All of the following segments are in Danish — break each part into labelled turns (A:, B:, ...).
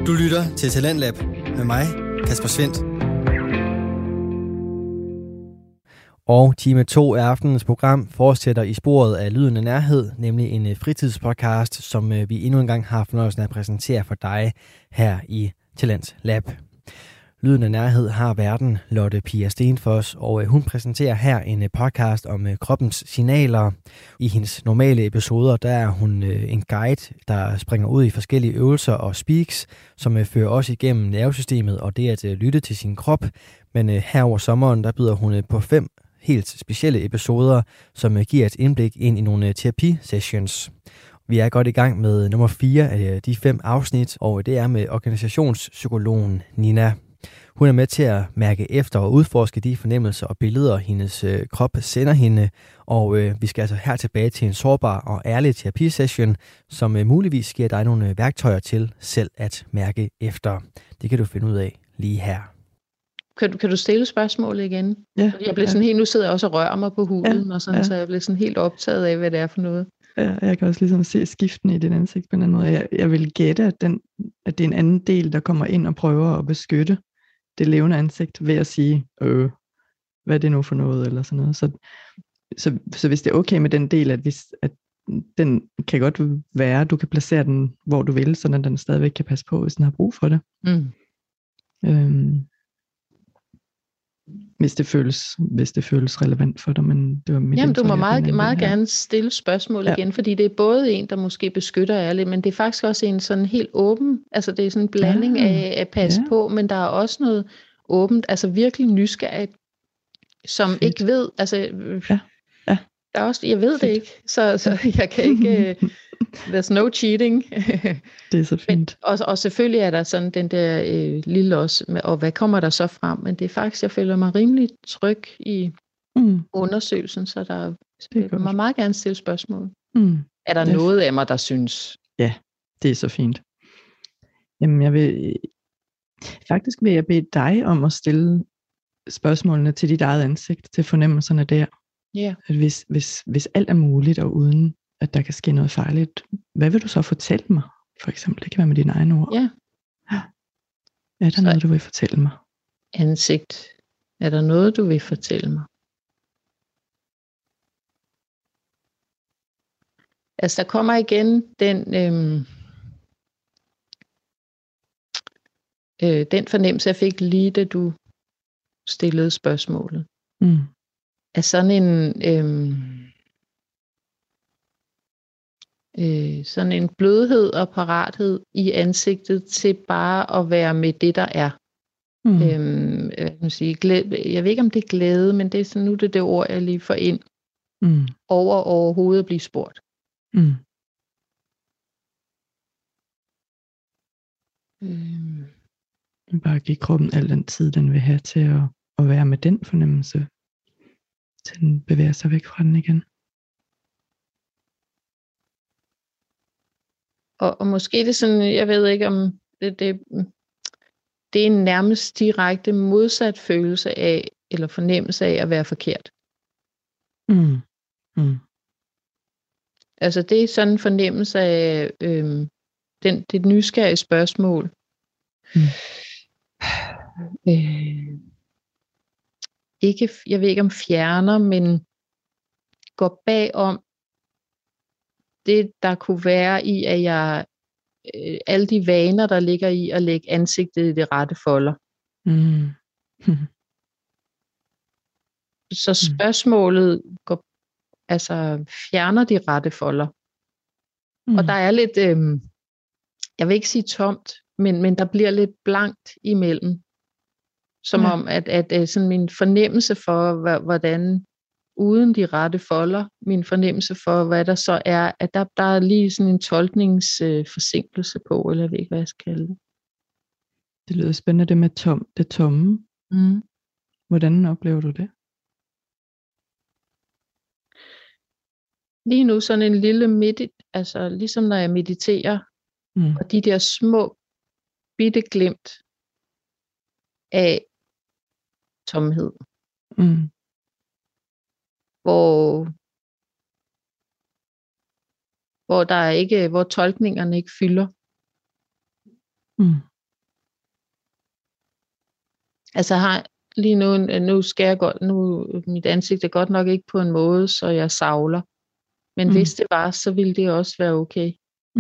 A: Du lytter til Talentlab med mig, Kasper Svendt. Og time 2 af aftenens program fortsætter i sporet af Lyden af Nærhed, nemlig en fritidspodcast, som vi endnu en gang har fornøjelsen af at præsentere for dig her i Talentlab. Lyden af Nærhed har værten Lotte Pia Stenfoss, og hun præsenterer her en podcast om kroppens signaler. I hendes normale episoder, der er hun en guide, der springer ud i forskellige øvelser og speaks, som fører os igennem nervesystemet og det at lytte til sin krop. Men her over sommeren, der byder hun på 5 helt specielle episoder, som giver et indblik ind i nogle terapisessions. Vi er godt i gang med nummer 4 af de 5 afsnit, og det er med organisationspsykologen Nina. Hun er med til at mærke efter og udforske de fornemmelser og billeder, hendes krop sender hende. Og vi skal altså her tilbage til en sårbar og ærlig terapisession, som muligvis giver dig nogle værktøjer til selv at mærke efter. Det kan du finde ud af lige her.
B: Kan du stille spørgsmålet igen?
C: Ja.
B: Fordi jeg blev sådan helt, nu sidder jeg også og rører mig på huden, og sådan, så jeg blev sådan helt optaget af, hvad det er for noget.
C: Ja, jeg kan også ligesom se skiften i dit ansigt på en anden måde. Jeg vil gætte, at det er en anden del, der kommer ind og prøver at beskytte det levende ansigt ved at sige, hvad er det nu for noget, eller sådan noget. Så hvis det er okay med den del, at den kan godt være, du kan placere den, hvor du vil, så den stadigvæk kan passe på, hvis den har brug for det. Hvis det føles relevant for dig, men det var mit
B: Jamen, du må meget
C: her.
B: gerne stille spørgsmål igen, fordi det er både en, der måske beskytter ærligt, men det er faktisk også en sådan helt åben, altså det er sådan en blanding af at passe på, men der er også noget åbent, altså virkelig nysgerrigt, som ikke ved, altså der er også, jeg ved det ikke, så jeg kan ikke, there's no cheating.
C: Det er så fint.
B: Og selvfølgelig er der sådan den der lille også, og hvad kommer der så frem, men det er faktisk, jeg føler mig rimelig tryg i undersøgelsen, så der må meget gerne stille spørgsmål. Er der noget af mig, der synes?
C: Ja, det er så fint. Jamen, faktisk vil jeg bede dig om at stille spørgsmålene til dit eget ansigt, til fornemmelserne der.
B: Yeah.
C: At hvis alt er muligt, og uden at der kan ske noget farligt, hvad vil du så fortælle mig? For eksempel, det kan være med dine egne ord.
B: Ja.
C: Er der noget, du vil fortælle mig?
B: Ansigt. Er der noget, du vil fortælle mig? Altså, der kommer igen den fornemmelse, jeg fik lige, da du stillede spørgsmålet. Af sådan en blødhed og parathed i ansigtet til bare at være med det, der er. Jeg ved ikke, om det er glæde, men det er sådan, nu det ord, jeg lige får ind. Overhovedet at blive spurgt.
C: Bare give kroppen al den tid, den vil have til at være med den fornemmelse, til den bevæger sig væk fra den igen.
B: Og måske det er sådan, jeg ved ikke om det er en nærmest direkte modsat følelse af, eller fornemmelse af at være forkert. Altså det er sådan en fornemmelse af det nysgerrige spørgsmål. Ikke, jeg ved ikke om fjerner, men går bagom det, der kunne være i, at jeg alle de vaner, der ligger i at lægge ansigtet i de rette folder. Så spørgsmålet går, altså fjerner de rette folder. Og der er lidt, jeg vil ikke sige tomt, men der bliver lidt blankt imellem. Som om, at sådan min fornemmelse for, hvordan uden de rette folder, min fornemmelse for, hvad der så er, at der er lige sådan en tolkningsforsinkelse på, eller jeg ved ikke, hvad jeg skal kalde det.
C: Det lyder spændende, det med det tomme. Hvordan oplever du det?
B: Lige nu sådan en lille altså ligesom når jeg mediterer, og de der små bitte glimt af tomhed. Hvor der ikke, hvor tolkningerne ikke fylder. Altså jeg har lige nu skal jeg godt, mit ansigt er godt nok ikke på en måde, så jeg savler. Men hvis det var, så ville det også være okay.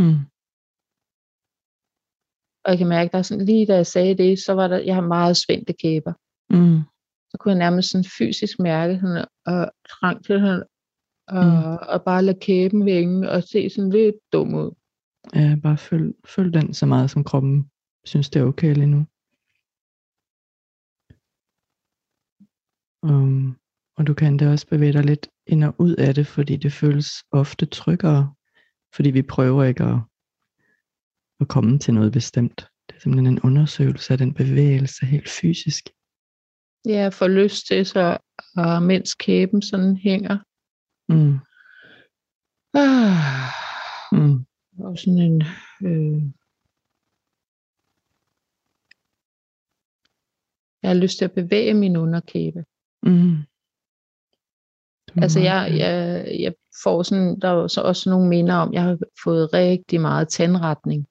B: Og jeg kan mærke, der er sådan, lige da jeg sagde det, så var der, jeg har meget spændte kæber. Så kunne jeg nærmest sådan fysisk mærke sådan, og trang til sådan, og bare lade kæben vinge, og se sådan lidt dum ud.
C: Ja, bare følg den så meget, som kroppen synes, det er okay lige nu. Og du kan da også bevæge dig lidt ind og ud af det, fordi det føles ofte tryggere, fordi vi prøver ikke at komme til noget bestemt. Det er simpelthen en undersøgelse af den bevægelse helt fysisk.
B: Ja, jeg får lyst til så, mens kæben sådan hænger. Og sådan en jeg har lyst til at bevæge min underkæbe. Altså jeg får sådan, der er så også nogle minder om, jeg har fået rigtig meget tandretning.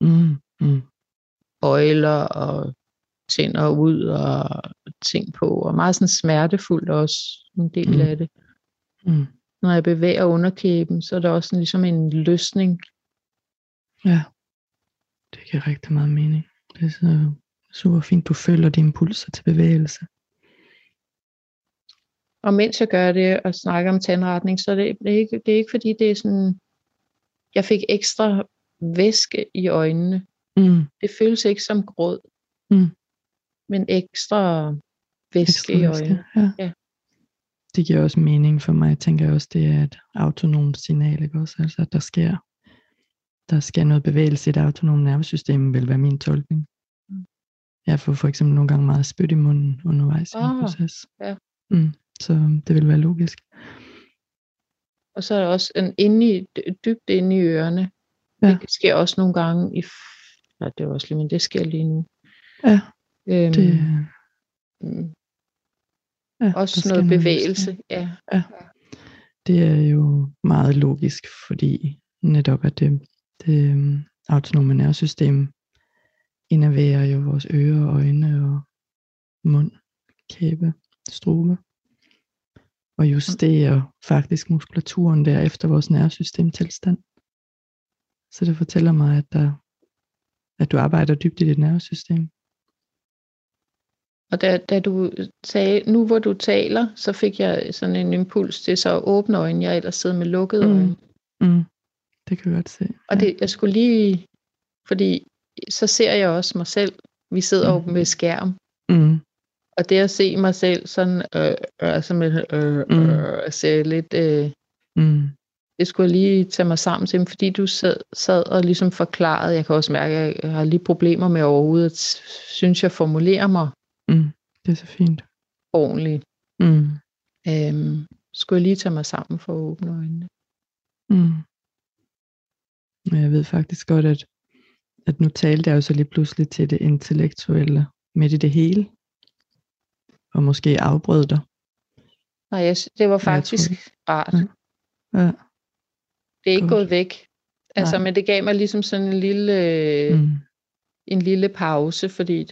B: Øjler og tænder ud og ting på, og meget sådan smertefuldt også en del af det. Når jeg bevæger underkæben, så er der også sådan, ligesom en løsning.
C: Ja, det giver rigtig meget mening. Det er så super fint, du følger dine impulser til bevægelse.
B: Og mens jeg gør det og snakker om tandretning, så er det er ikke fordi det er sådan, jeg fik ekstra væske i øjnene. Det føles ikke som gråd, men ekstra væske i øjnene. Ja.
C: Det giver også mening for mig. Jeg tænker også, det er et autonomt signal, ikke også? Altså, at der sker noget bevægelse i det autonome nervesystem, vil være min tolkning. Jeg får for eksempel nogle gange meget spyt i munden undervejs i en proces.
B: Ja.
C: Så det vil være logisk.
B: Og så er der også dybt inde i ørerne.
C: Ja.
B: Det sker også nogle gange det er også lige, men det sker lige nu.
C: Ja.
B: Også noget bevægelse. Ja.
C: Det er jo meget logisk, fordi netop at det autonome nervesystem innerverer jo vores ører, øjne og mund, kæbe, strube, og justerer faktisk muskulaturen der efter vores nervesystemtilstand. Så det fortæller mig, at du arbejder dybt i dit nervesystem.
B: Og da du sagde, nu hvor du taler, så fik jeg sådan en impuls til så at åbne øjnene. Jeg ellers sidder med lukkede øjne.
C: Det kan jeg godt se.
B: Og det, jeg skulle lige, fordi så ser jeg også mig selv. Vi sidder jo med skærm. Og det at se mig selv sådan, ser lidt, det skulle jeg lige tage mig sammen til, fordi du sad og ligesom forklarede, jeg kan også mærke, at jeg har lige problemer med overhovedet, at synes jeg formulerer mig.
C: Det er så fint.
B: Ordentligt. Skulle jeg lige tage mig sammen for at åbne øjnene.
C: Jeg ved faktisk godt, at nu talte jeg jo så lige pludselig til det intellektuelle midt i det hele. Og måske afbrød dig.
B: Nej, det var faktisk rart.
C: Ja.
B: Det er ikke gået væk. Altså, men det gav mig ligesom sådan en lille pause, fordi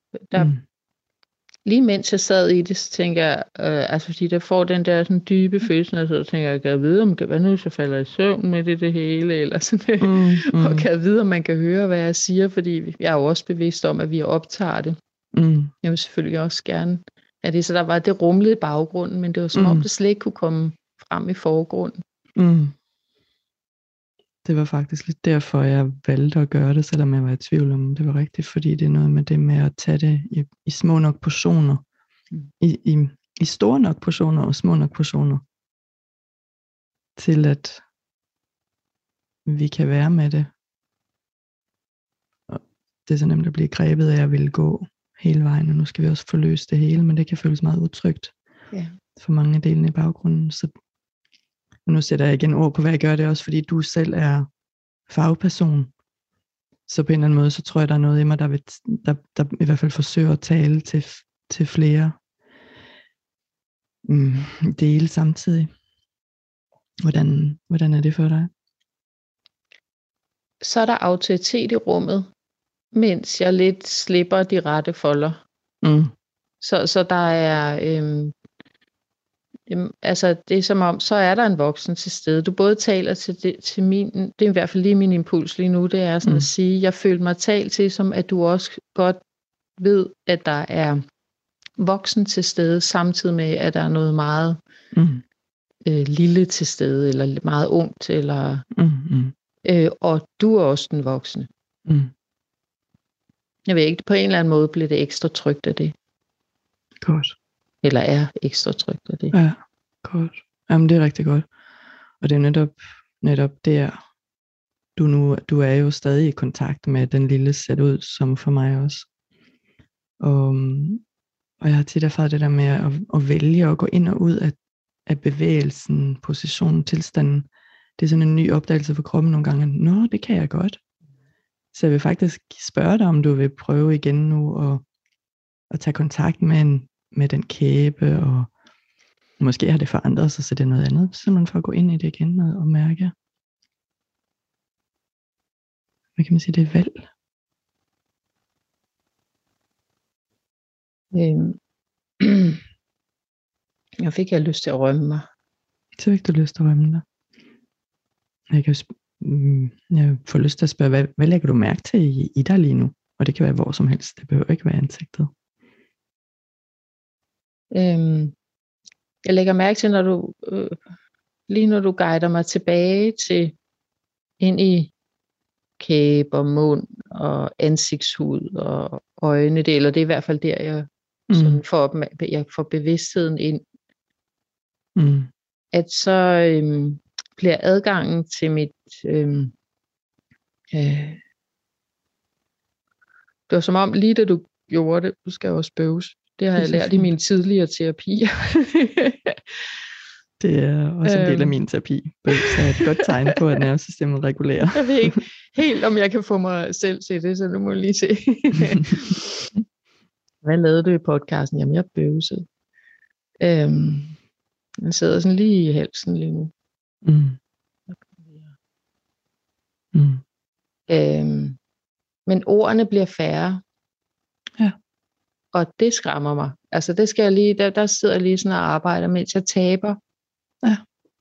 B: lige mens jeg sad i det, så tænker jeg, fordi der får den der sådan dybe følelse, og så tænker jeg, kan jeg vide, hvad nu så falder i søvn med det hele, eller sådan og kan jeg vide, om man kan høre, hvad jeg siger, fordi jeg er jo også bevidst om, at vi optager det. Jeg vil selvfølgelig også gerne have det, så der var det rumlede i baggrunden, men det var som om det slet ikke kunne komme frem i forgrunden.
C: Det var faktisk lidt derfor, jeg valgte at gøre det, selvom jeg var i tvivl om, det var rigtigt, fordi det er noget med det med at tage det i små nok portioner, i store nok portioner og små nok portioner, til at vi kan være med det. Og det er så nemt at blive grebet af, at jeg ville gå hele vejen, og nu skal vi også få løst det hele, men det kan føles meget utrygt for mange af delene i baggrunden, så nu sætter jeg igen ord på, hvad jeg gør det også, fordi du selv er fagperson. Så på en eller anden måde, så tror jeg, der er noget i mig, der i hvert fald forsøger at tale til flere dele samtidig. Hvordan er det for dig?
B: Så er der autoritet i rummet, mens jeg lidt slipper de rette folder. Så der er, altså det er som om, så er der en voksen til stede. Du både taler til min, det er i hvert fald lige min impuls lige nu, det er sådan at sige, jeg føler mig talt til, som at du også godt ved, at der er voksen til stede, samtidig med, at der er noget meget lille til stede, eller meget ungt, eller, og du er også den voksne. Jeg ved ikke, på en eller anden måde bliver det ekstra trygt af det.
C: Godt.
B: Eller er ekstra trygt af det.
C: Ja, godt. Jamen det er rigtig godt. Og det er netop der, du er jo stadig i kontakt med den lille sæt ud, som for mig også. Og jeg har tit erfaret det der med at vælge at gå ind og ud af bevægelsen, positionen, tilstanden. Det er sådan en ny opdagelse for kroppen nogle gange. Nå, det kan jeg godt. Så jeg vil faktisk spørge dig, om du vil prøve igen nu at tage kontakt med den kæbe, og måske har det forandret sig, så det er noget andet. Simpelthen for at gå ind i det igen og mærke. Hvad kan man sige, det er valg.
B: Jeg fik lyst til at rømme mig.
C: Så fik du lyst til at rømme dig. Jeg får lyst til at spørge, hvad lægger du mærke til i dig lige nu? Og det kan være hvor som helst, det behøver ikke være ansigtet.
B: Jeg lægger mærke til, når du lige når du guider mig tilbage til ind i kæbe og mund og ansigtshud og øjne, det er i hvert fald der, jeg sådan jeg får bevidstheden ind. At så bliver adgangen til mit det var som om lige da du gjorde det, du skal også bøves. Det har jeg lært i mine tidligere terapier.
C: Det er også en del af min terapi. Bøvs er et godt tegn på, at nervesystemet regulerer.
B: Jeg ved ikke helt, om jeg kan få mig selv til det, så nu må jeg lige se. Hvad lavede du i podcasten? Jamen, jeg bøvsede. Jeg sidder sådan lige i halsen lige nu. Men ordene bliver færre.
C: Ja.
B: Og det skræmmer mig. Altså det skal jeg lige, der sidder jeg lige sådan og arbejder, mens jeg taber.
C: Ja.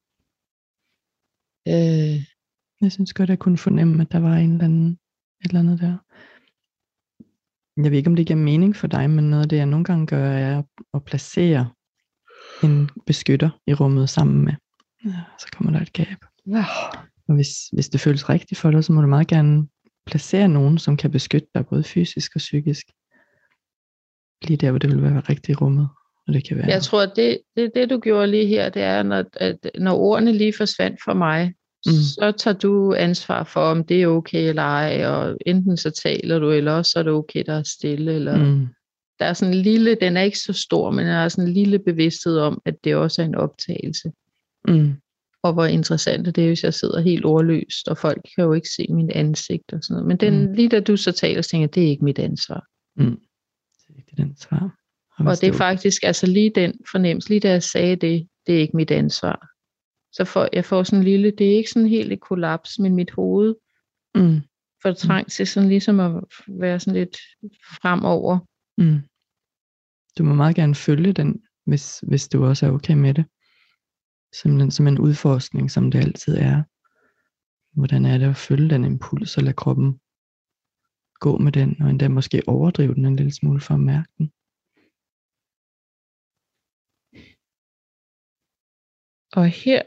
C: Jeg synes godt, jeg kunne fornemme, at der var et eller andet der. Jeg ved ikke, om det giver mening for dig, men noget af det, jeg nogle gange gør, er at placere en beskytter i rummet sammen med. Ja, så kommer der et gab.
B: Ja.
C: Og hvis det føles rigtigt for dig, så må du meget gerne placere nogen, som kan beskytte dig, både fysisk og psykisk. Lige der, hvor det vil være rigtigt i rummet. Og det kan være.
B: Jeg tror, at det du gjorde lige her, det er, når ordene lige forsvandt for mig, så tager du ansvar for, om det er okay eller ej, og enten så taler du, eller også så er det okay, der er stille, eller der er sådan en lille, den er ikke så stor, men der er sådan en lille bevidsthed om, at det også er en optagelse. Og hvor interessant det er, hvis jeg sidder helt ordløst, og folk kan jo ikke se mit ansigt og sådan noget. Men lige da du så taler, så tænker jeg, det er ikke mit ansvar.
C: Det er ikke dit ansvar.
B: Og det er faktisk, altså lige den fornemmelse, lige da jeg sagde det, det er ikke mit ansvar. Så jeg får sådan en lille, det er ikke sådan helt et kollaps, men mit hoved får trang til sådan ligesom at være sådan lidt fremover.
C: Du må meget gerne følge den, hvis du også er okay med det. Simpelthen som en udforskning, som det altid er. Hvordan er det at følge den impuls, og lade kroppen gå med den, og endda måske overdrive den en lille smule for at mærke den.
B: Og her,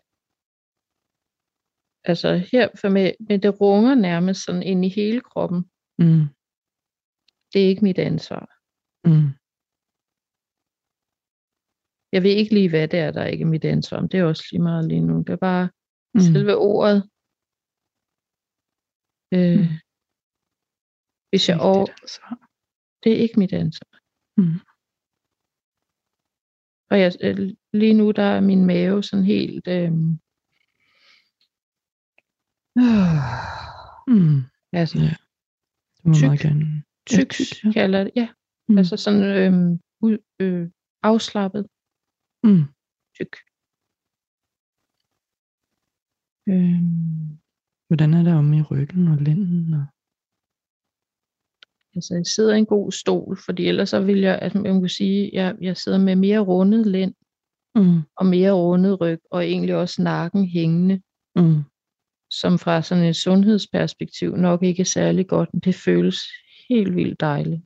B: altså her for med det runger nærmest sådan ind i hele kroppen. Det er ikke mit ansvar. Jeg ved ikke lige, hvad det er, der ikke er mit ansvar. Men det er også lige meget lige nu. Det er bare selve ordet. Hvis jeg det er ikke mit ansvar. Og lige nu, der er min mave sådan helt altså, tyk, kalder det. Ja. Altså sådan afslappet. Tyk.
C: Hvordan er det om i ryggen og lænden?
B: Altså jeg sidder i en god stol, fordi ellers så vil jeg, altså man kan sige, jeg sidder med mere rundet lænd og mere rundet ryg, og egentlig også nakken hængende, som fra sådan et sundhedsperspektiv nok ikke er særlig godt, men det føles helt vildt dejligt.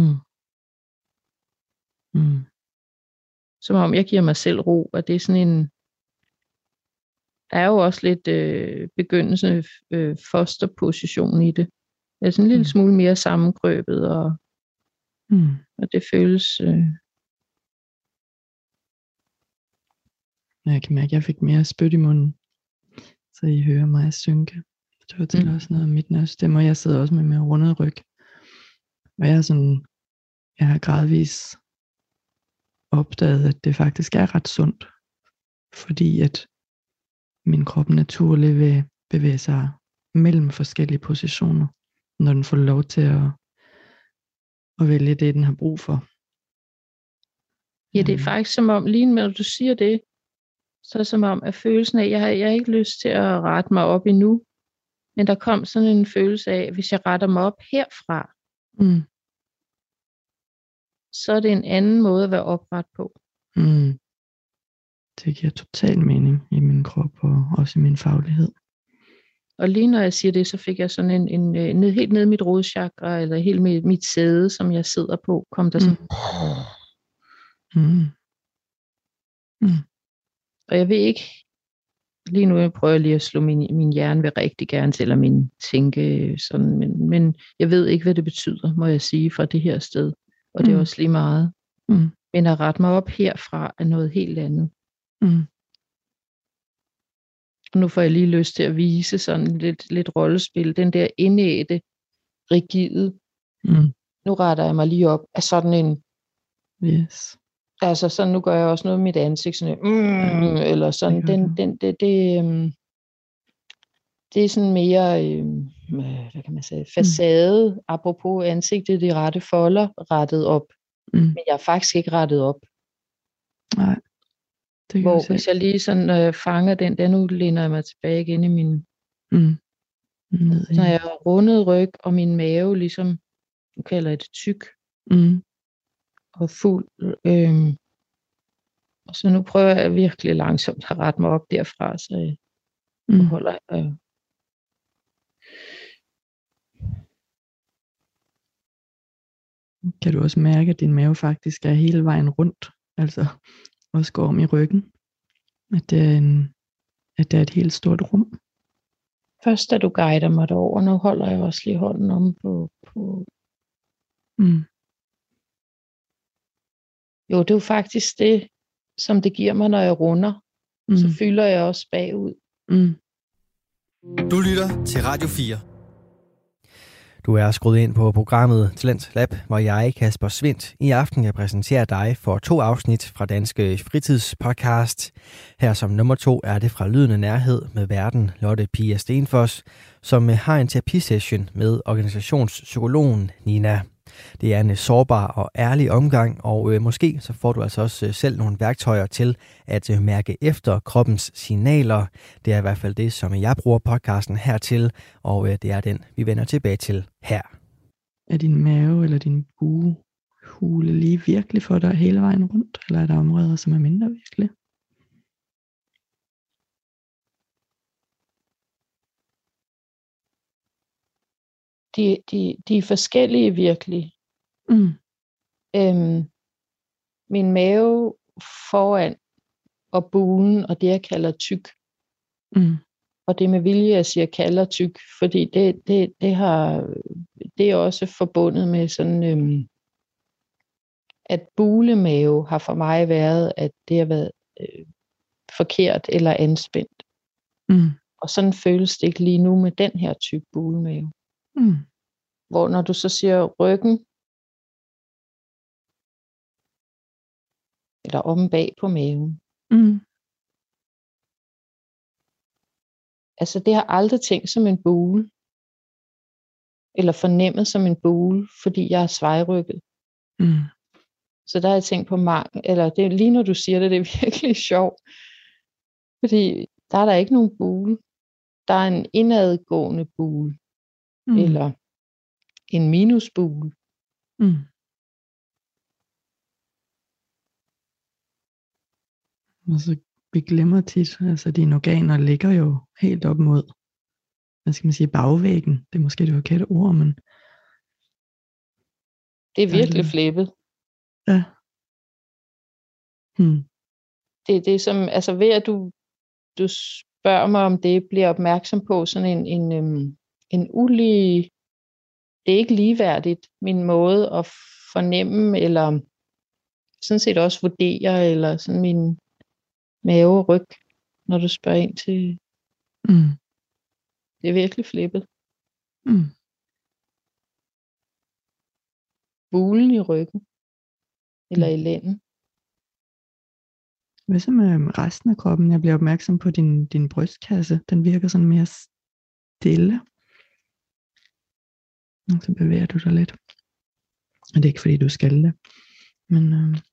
B: Som om jeg giver mig selv ro, og det er sådan en, der er jo også lidt begyndende fosterposition i det. Det er sådan en lille smule mere sammenkrøbet, og det føles...
C: Jeg kan mærke, at jeg fik mere spyt i munden, så I hører mig synke. Det var til også noget af mit nervestemme, og jeg sidder også med mere rundet ryg. Og jeg har gradvis opdaget, at det faktisk er ret sundt, fordi at min krop naturligt vil bevæge sig mellem forskellige positioner, når den får lov til at vælge det, den har brug for.
B: Ja, det er faktisk som om, lige når du siger det, så er det som om, at følelsen af, jeg har ikke lyst til at rette mig op endnu, men der kom sådan en følelse af, at hvis jeg retter mig op herfra, så er det en anden måde at være opret på.
C: Det giver total mening i min krop og også i min faglighed.
B: Og lige når jeg siger det, så fik jeg sådan en helt ned i mit rodchakra, eller helt mit sæde, som jeg sidder på, kom der sådan. Og jeg ved ikke, lige nu prøver jeg lige at slå min hjerne vil rigtig gerne til, eller min tænke sådan, men jeg ved ikke, hvad det betyder, må jeg sige, fra det her sted. Og det er også lige meget. Men at rette mig op herfra er noget helt andet. Og nu får jeg lige lyst til at vise sådan lidt rollespil. Den der indædte, rigide. Nu retter jeg mig lige op af sådan en...
C: Yes.
B: Altså sådan, nu gør jeg også noget med mit ansigt. Sådan eller sådan. Det er sådan mere... hvad kan man sige? Facade. Apropos ansigtet, de rette folder rettet op. Men jeg er faktisk ikke rettet op.
C: Nej.
B: Hvor hvis jeg lige sådan fanger den der, nu læner jeg mig tilbage igen i min... Så jeg har rundet ryg, og min mave ligesom, nu kalder jeg det tyk. Og fuld. Og så nu prøver jeg virkelig langsomt at rette mig op derfra, så jeg holder...
C: Kan du også mærke, at din mave faktisk er hele vejen rundt? Altså også går om i ryggen? At det er et helt stort rum?
B: Først da du guider mig derover, nu holder jeg også lige hånden om på... Jo, det er jo faktisk det, som det giver mig, når jeg runder. Så fylder jeg også bagud.
A: Du lytter til Radio 4. Du er skruet ind på programmet Talent Lab, hvor jeg, Kasper Svindt, i aften jeg præsenterer dig for 2 afsnit fra Danske Fritidspodcast. Her som nummer 2 er det fra Lyden af Nærhed med værten Lotte Pia Stenfoss, som har en terapisession med organisationspsykologen Nina. Det er en sårbar og ærlig omgang, og måske så får du altså også selv nogle værktøjer til at mærke efter kroppens signaler. Det er i hvert fald det, som jeg bruger podcasten her til, og det er den, vi vender tilbage til her.
C: Er din mave eller din bugehule lige virkelig for dig hele vejen rundt, eller er der områder, som er mindre virkelig?
B: De er forskellige virkelig. Min mave foran og bugen, og det jeg kalder tyk. Og det med vilje, jeg siger kalder tyk, fordi det er også forbundet med sådan, at bulemave har for mig været, at det har været forkert eller anspændt. Og sådan føles det ikke lige nu med den her type bulemave. Hvor når du så siger ryggen, eller omme bag på maven. Altså det har aldrig tænkt som en bule, eller fornemmet som en bule, fordi jeg er svejrykket. Så der har jeg tænkt på eller det er lige når du siger det, det er virkelig sjovt. Fordi der er der ikke nogen bule. Der er en indadgående bule. Eller en minusbule.
C: Mm. Og så vi glemmer tit, altså dine organer ligger jo helt op mod, hvad skal man sige, bagvæggen. Det er måske det forkerte ord, men
B: Det er virkelig flippet.
C: ja.
B: Det er som, altså ved at du spørger mig om det, bliver opmærksom på sådan en ulige, det er ikke ligeværdigt, min måde at fornemme, eller sådan set også vurdere, eller sådan min mave og ryg, når du spørger ind til, det er virkelig flippet. Bulen i ryggen, eller i lænden.
C: Hvad så med resten af kroppen? Jeg bliver opmærksom på din brystkasse. Den virker sådan mere stille. Og så bevæger du dig lidt. Og det er ikke fordi du skal det. Men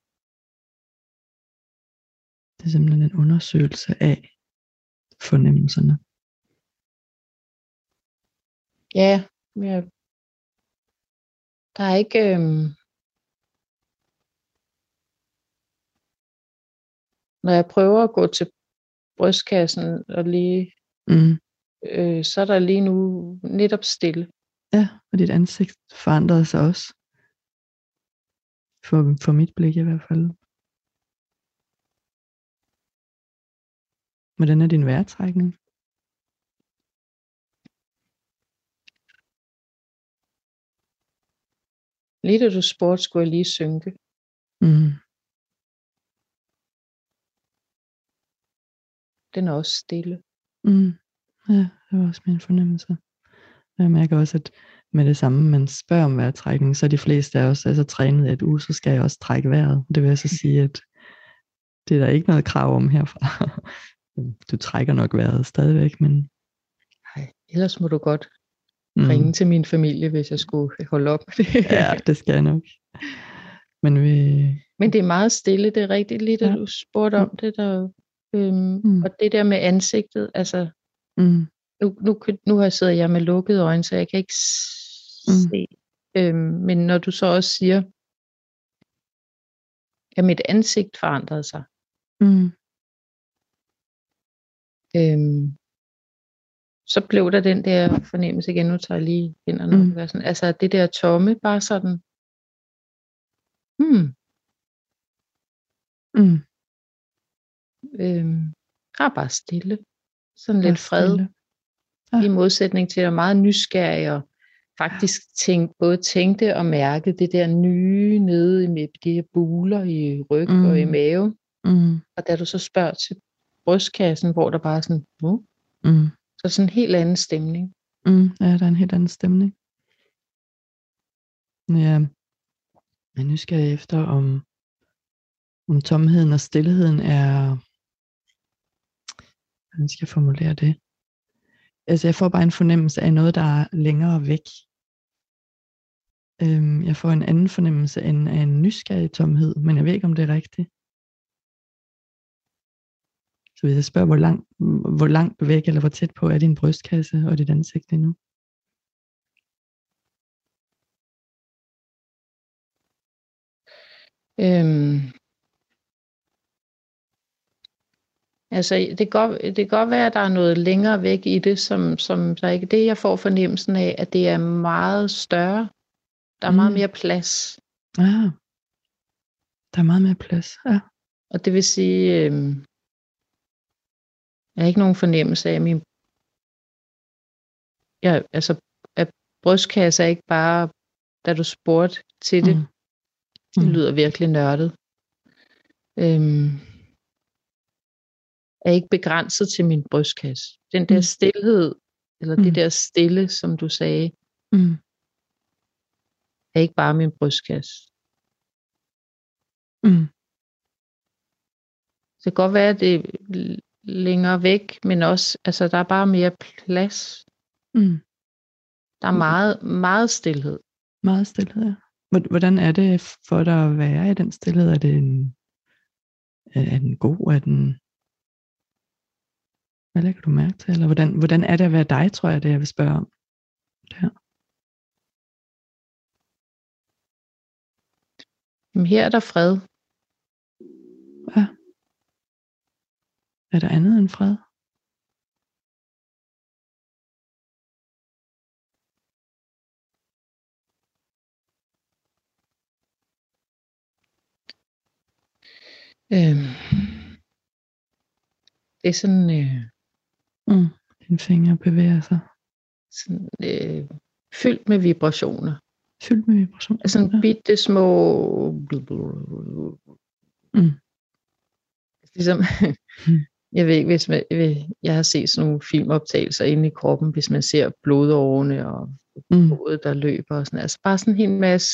C: det er simpelthen en undersøgelse af fornemmelserne.
B: Ja, der er ikke... Når jeg prøver at gå til brystkassen og lige, så er der lige nu netop stille.
C: Ja, og dit ansigt forandrede sig også. For mit blik i hvert fald. Hvordan er din vejrtrækning?
B: Lige da du spurgte, skulle jeg lige synke. Den er også stille.
C: Ja, det var også min fornemmelse. Jeg mærker også, at med det samme, man spørger om vejrtrækning, så er de fleste af os er så trænet, at så skal jeg også trække vejret. Det vil jeg så sige, at det er der ikke noget krav om herfra. Du trækker nok vejret stadigvæk, men...
B: Nej, ellers må du godt ringe til min familie, hvis jeg skulle holde op med det.
C: Ja, det skal jeg nok.
B: Men det er meget stille, det er rigtigt, lige da du spurgte om det der... Og det der med ansigtet, altså nu har jeg siddet jeg med lukkede øjne, så jeg kan ikke se, men når du så også siger, at mit ansigt forandrede sig, så blev der den der fornemmelse igen, nu tager jeg lige hænderne sådan, altså det der tomme, bare sådan, bare stille. Sådan lidt fred. Ja. I modsætning til, at jeg er meget nysgerrig og faktisk både tænkte og mærkede det der nye nede med de her buler i ryg og i mave. Og da du så spørger til brystkassen, hvor der bare er sådan, så er sådan en helt anden stemning.
C: Ja, der er en helt anden stemning. Ja, jeg er nysgerrig efter, om tomheden og stilheden er... Hvordan skal jeg formulere det? Altså jeg får bare en fornemmelse af noget, der er længere væk. Jeg får en anden fornemmelse end af en nysgerrig tomhed, men jeg ved ikke, om det er rigtigt. Så hvis jeg spørger, hvor langt væk eller hvor tæt på er din brystkasse og dit ansigt lige nu?
B: Altså det kan godt være, at der er noget længere væk i det, som der ikke det, jeg får fornemmelsen af, at det er meget større. Der er meget mere plads.
C: Ja, der er meget mere plads, ja.
B: Og det vil sige, jeg har ikke nogen fornemmelse af, at brystkasse er ikke bare, da du spurgte til det, det lyder virkelig nørdet. Er ikke begrænset til min brystkasse. Den der stilhed, eller det der stille, som du sagde, er ikke bare min brystkasse. Det kan godt være, at det er længere væk, men også, altså der er bare mere plads. Der er meget, meget stilhed.
C: Meget stilhed, ja. Hvordan er det for dig at være i den stilhed? Er den god? Er den... Hvad lægger du mærke til? Eller hvordan er det at være dig, tror jeg, det jeg vil spørge om. Ja.
B: Men her er der fred.
C: Ja. Er der andet end fred?
B: Det er sådan,
C: Dine fingre bevæger sig.
B: sådan fyldt med vibrationer.
C: Fyldt med vibrationer.
B: Altså sådan bitte små... Ligesom, jeg ved ikke, jeg har set sådan nogle filmoptagelser inde i kroppen, hvis man ser blodårene og blodet, der løber og sådan. Altså bare sådan en hel masse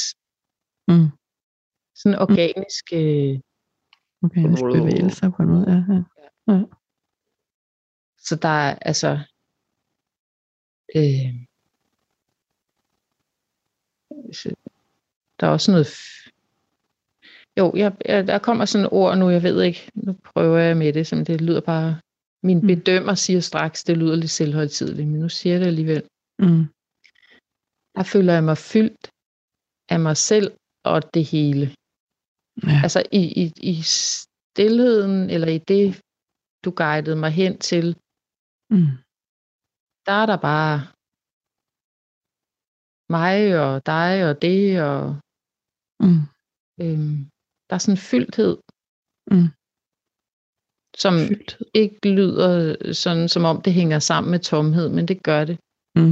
B: sådan organiske
C: bevægelser på en måde. Ja.
B: Så der er altså der er også noget der kommer sådan et ord nu, jeg ved ikke, nu prøver jeg med det, som det lyder bare, min bedømmer siger straks, det lyder lidt selvhøjtideligt, men nu siger jeg det alligevel. Der føler jeg mig fyldt af mig selv og det hele. Ja. Altså i stilheden, eller i det, du guidede mig hen til, der er der bare mig og dig og det, og der er sådan en fyldthed, som ikke lyder sådan, som om det hænger sammen med tomhed, men det gør det.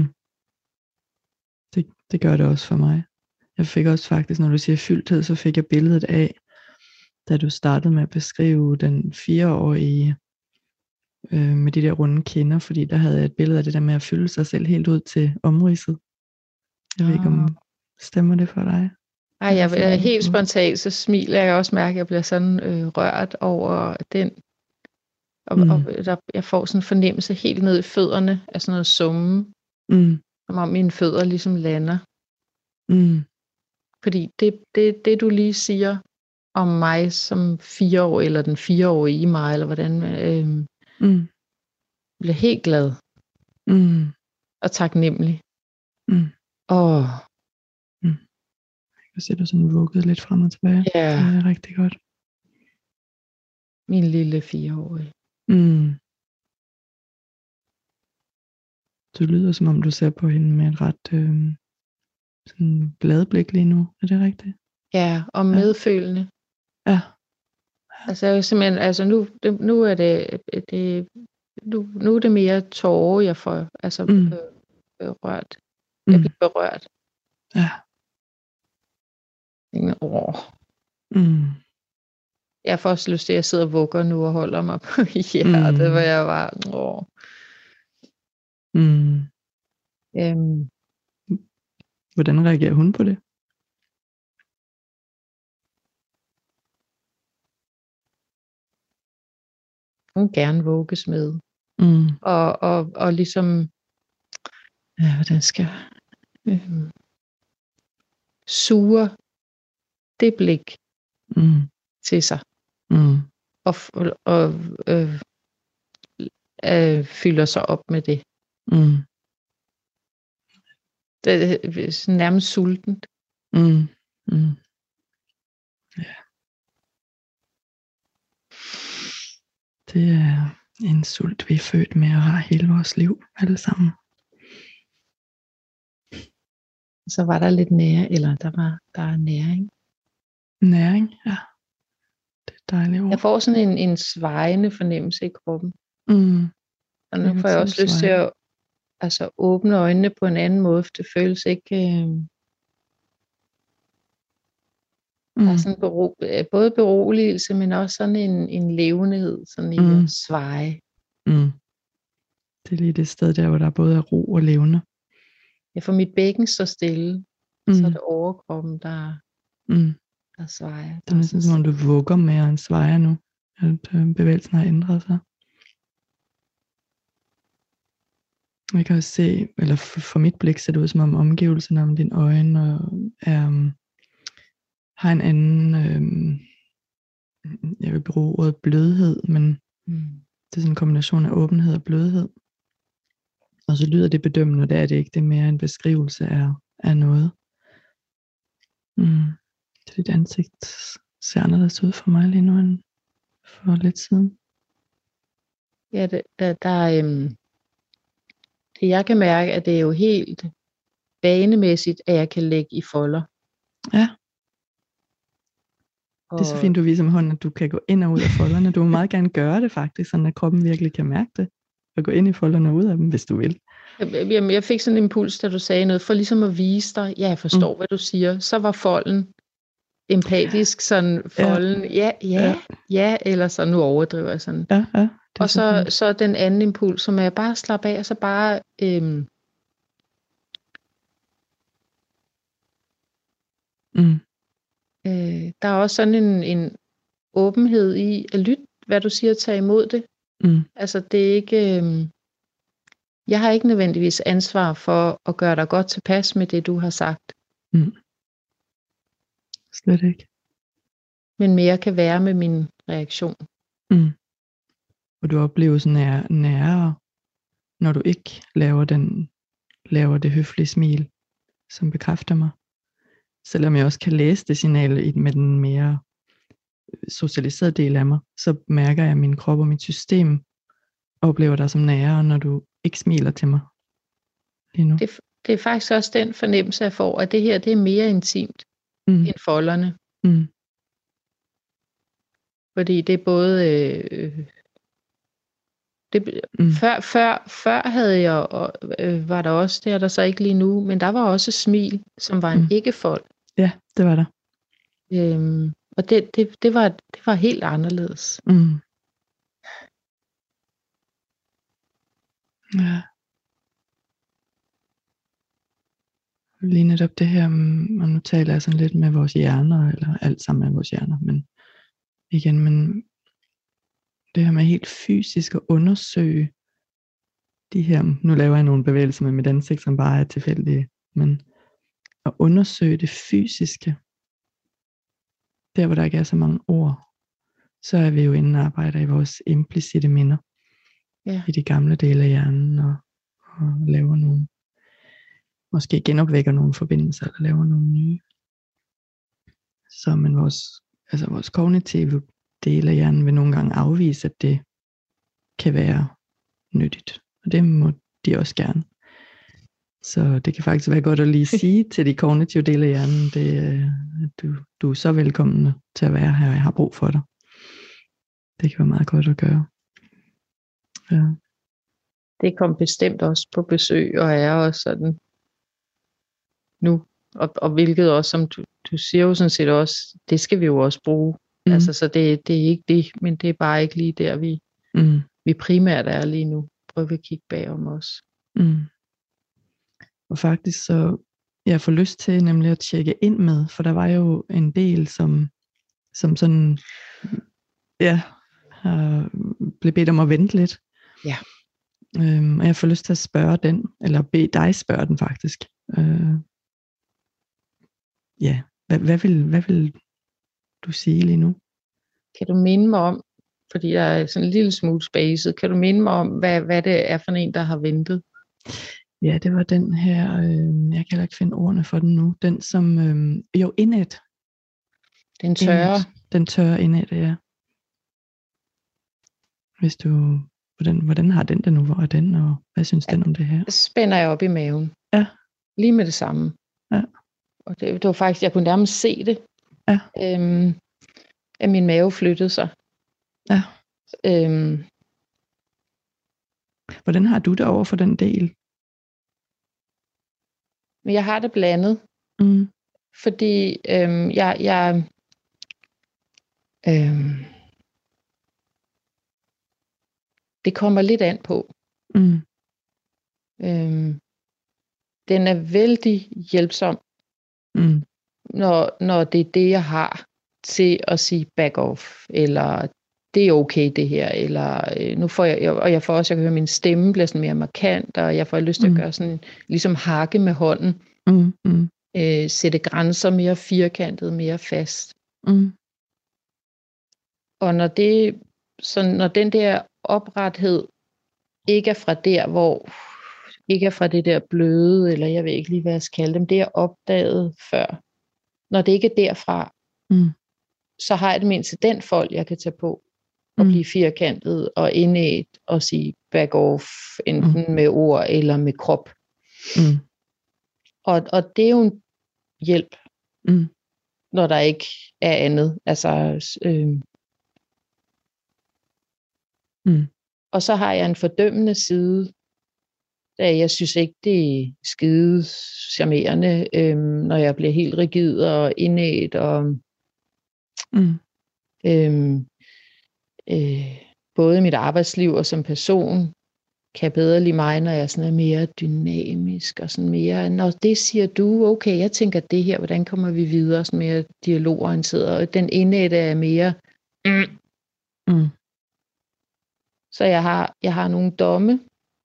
C: Det gør det også for mig. Jeg fik også faktisk, når du siger fyldthed, så fik jeg billedet af, da du startede med at beskrive den 4-årige med de der runde kinder, fordi der havde jeg et billede af det der med at fylde sig selv helt ud til omridset. Jeg ved ikke, om stemmer det for dig?
B: Ej, jeg er helt spontant, så smiler jeg også mærke, at jeg bliver sådan rørt over den. Og jeg får sådan en fornemmelse helt ned i fødderne af sådan noget summe, som om mine fødder ligesom lander. Fordi det du lige siger om mig som 4-årig, eller den 4-årige i mig, eller hvordan, bliver helt glad. Og taknemmelig.
C: Jeg kan se, du sådan vugget lidt frem og tilbage.
B: Ja.
C: Det er rigtig godt.
B: Min lille 4-årige.
C: Du lyder som om du ser på hende med et ret sådan glad blik lige nu. Er det rigtigt?
B: Ja, og medfølende.
C: Ja.
B: Altså jeg simpelthen, altså nu er det mere tårer, jeg får, altså berørt. Jeg bliver berørt.
C: Ja.
B: Jeg får også lyst til, at jeg sidder og vugger nu og holder mig på hjertet, hvor jeg var.
C: Hvordan reagerer hun på det?
B: Hun gerne vugges med. Og ligesom, hvordan skal suger det blik til sig. Og fylder sig op med det. Det er nærmest sultent.
C: Ja. Det er en sult, vi er født med og har hele vores liv alle sammen.
B: Så var der lidt der er næring.
C: Næring, ja. Det er dejligt ord.
B: Jeg får sådan en svejende fornemmelse i kroppen. Og nu får jeg også lyst til at åbne øjnene på en anden måde, for det føles ikke... Der er sådan både beroligelse, men også sådan en levendighed, sådan i at sveje.
C: Det er lige det sted der, hvor der både er ro og levende.
B: Ja, for mit bækken står stille, så er det overkroppen, der svejer.
C: Det er næsten som om du vugger mere end svejer nu, at bevægelsen har ændret sig. Jeg kan også se, eller for mit blik ser det ud som om omgivelserne om dine øjne har en anden, jeg vil bruge ordet blødhed, men det er sådan en kombination af åbenhed og blødhed. Og så lyder det bedømmende, og det er det ikke, det er mere en beskrivelse af noget. Det Dit ansigt ser anderledes ud for mig lige nu end for lidt siden.
B: Ja, det jeg kan mærke, at det er jo helt banemæssigt, at jeg kan lægge i folder.
C: Ja.
B: Og
C: Det er så fint, du viser med hånden, at du kan gå ind og ud af folderne. Du må meget gerne gøre det faktisk, sådan at kroppen virkelig kan mærke det. Og gå ind i folderne og ud af dem, hvis du vil.
B: Jamen, jeg fik sådan en impuls, da du sagde noget, for ligesom at vise dig, ja, jeg forstår, hvad du siger. Så var folden empatisk, sådan folden, ja, eller så nu overdriver jeg sådan.
C: Ja,
B: og så den anden impuls, som er bare slappe af, og så bare der er også sådan en åbenhed i at lytte, hvad du siger, tage imod det. Altså det er ikke, jeg har ikke nødvendigvis ansvar for at gøre dig godt tilpas med det, du har sagt.
C: Slet ikke.
B: Men mere kan være med min reaktion.
C: Og du oplever sådan nærere, når du ikke laver det høflige smil, som bekræfter mig. Selvom jeg også kan læse det signal med den mere socialiserede del af mig, så mærker jeg, at min krop og mit system oplever dig som nærere, når du ikke smiler til mig lige nu.
B: Det er faktisk også den fornemmelse, jeg får, at det her det er mere intimt end folderne. Fordi det er både før havde jeg var der også, det er der så ikke lige nu, men der var også smil, som var en ikke-fold.
C: Ja, det var der.
B: Og det var helt anderledes.
C: Ja. Lige netop det her, og nu taler jeg sådan lidt med vores hjerner, eller alt sammen med vores hjerner, men det her med helt fysisk at undersøge de her, nu laver jeg nogle bevægelser med mit ansigt, som bare er tilfældige, men at undersøge det fysiske, der hvor der ikke er så mange ord, så er vi jo inde og arbejder i vores implicite minder, i de gamle dele af hjernen, og laver nogle, måske genopvækker nogle forbindelser, eller laver nogle nye. Så men vores kognitive del af hjernen vil nogle gange afvise, at det kan være nyttigt. Og det må de også gerne. Så det kan faktisk være godt at lige sige til de kognitive dele af hjernen, du er så velkommen til at være her, og jeg har brug for dig. Det kan være meget godt at gøre. Ja.
B: Det kom bestemt også på besøg, og er også sådan nu. Og hvilket også, som du siger jo sådan set også, det skal vi jo også bruge. Altså, så det er ikke det, men det er bare ikke lige der, vi primært er lige nu. Prøver vi at kigge bagom os.
C: Og faktisk så, jeg får lyst til nemlig at tjekke ind med, for der var jo en del, som sådan, blev bedt om at vente lidt. Ja. Og jeg får lyst til at spørge den, eller bede dig spørge den faktisk. Hvad vil du sige lige nu?
B: Kan du minde mig om, fordi jeg er sådan en lille smule spacet, kan du minde mig om, hvad det er for en, der har ventet?
C: Ja, det var den her, jeg kan heller ikke finde ordene for den nu, den som, indæt.
B: Den tørre.
C: Den tørre indæt, ja. Hvis du, hvordan har den det nu, hvor er den, og hvad synes den om det her?
B: Spænder jeg op i maven.
C: Ja.
B: Lige med det samme.
C: Ja.
B: Og det var faktisk, jeg kunne nærmest se det.
C: Ja.
B: At min mave flyttede sig.
C: Ja. Hvordan har du det over for den del?
B: Men jeg har det blandet. Fordi det kommer lidt an på. Den er vældig hjælpsom, når det er det, jeg har til at sige back off, eller det er okay det her, eller nu får jeg får også, jeg kan høre, min stemme bliver sådan mere markant, og jeg får lyst til at gøre sådan, ligesom hakke med hånden, sætte grænser mere firkantet, mere fast. Og når den der oprethed ikke er fra der, hvor ikke er fra det der bløde, eller jeg ved ikke lige, hvad jeg skal kalde dem, det er opdaget før. Når det ikke er derfra, så har jeg det mindst den fold, jeg kan tage på, og blive firkantet og indædt og sige back off, enten med ord eller med krop. Og det er jo en hjælp, når der ikke er andet. Altså, Og så har jeg en fordømmende side, da jeg synes ikke, det er skide charmerende, når jeg bliver helt rigid og indædt, og både i mit arbejdsliv og som person, kan bedre lide mig, når jeg sådan er mere dynamisk, og sådan mere, når det siger du, okay, jeg tænker det her, hvordan kommer vi videre, sådan mere dialogorienteret, og den indædte er mere, Så jeg har nogle domme,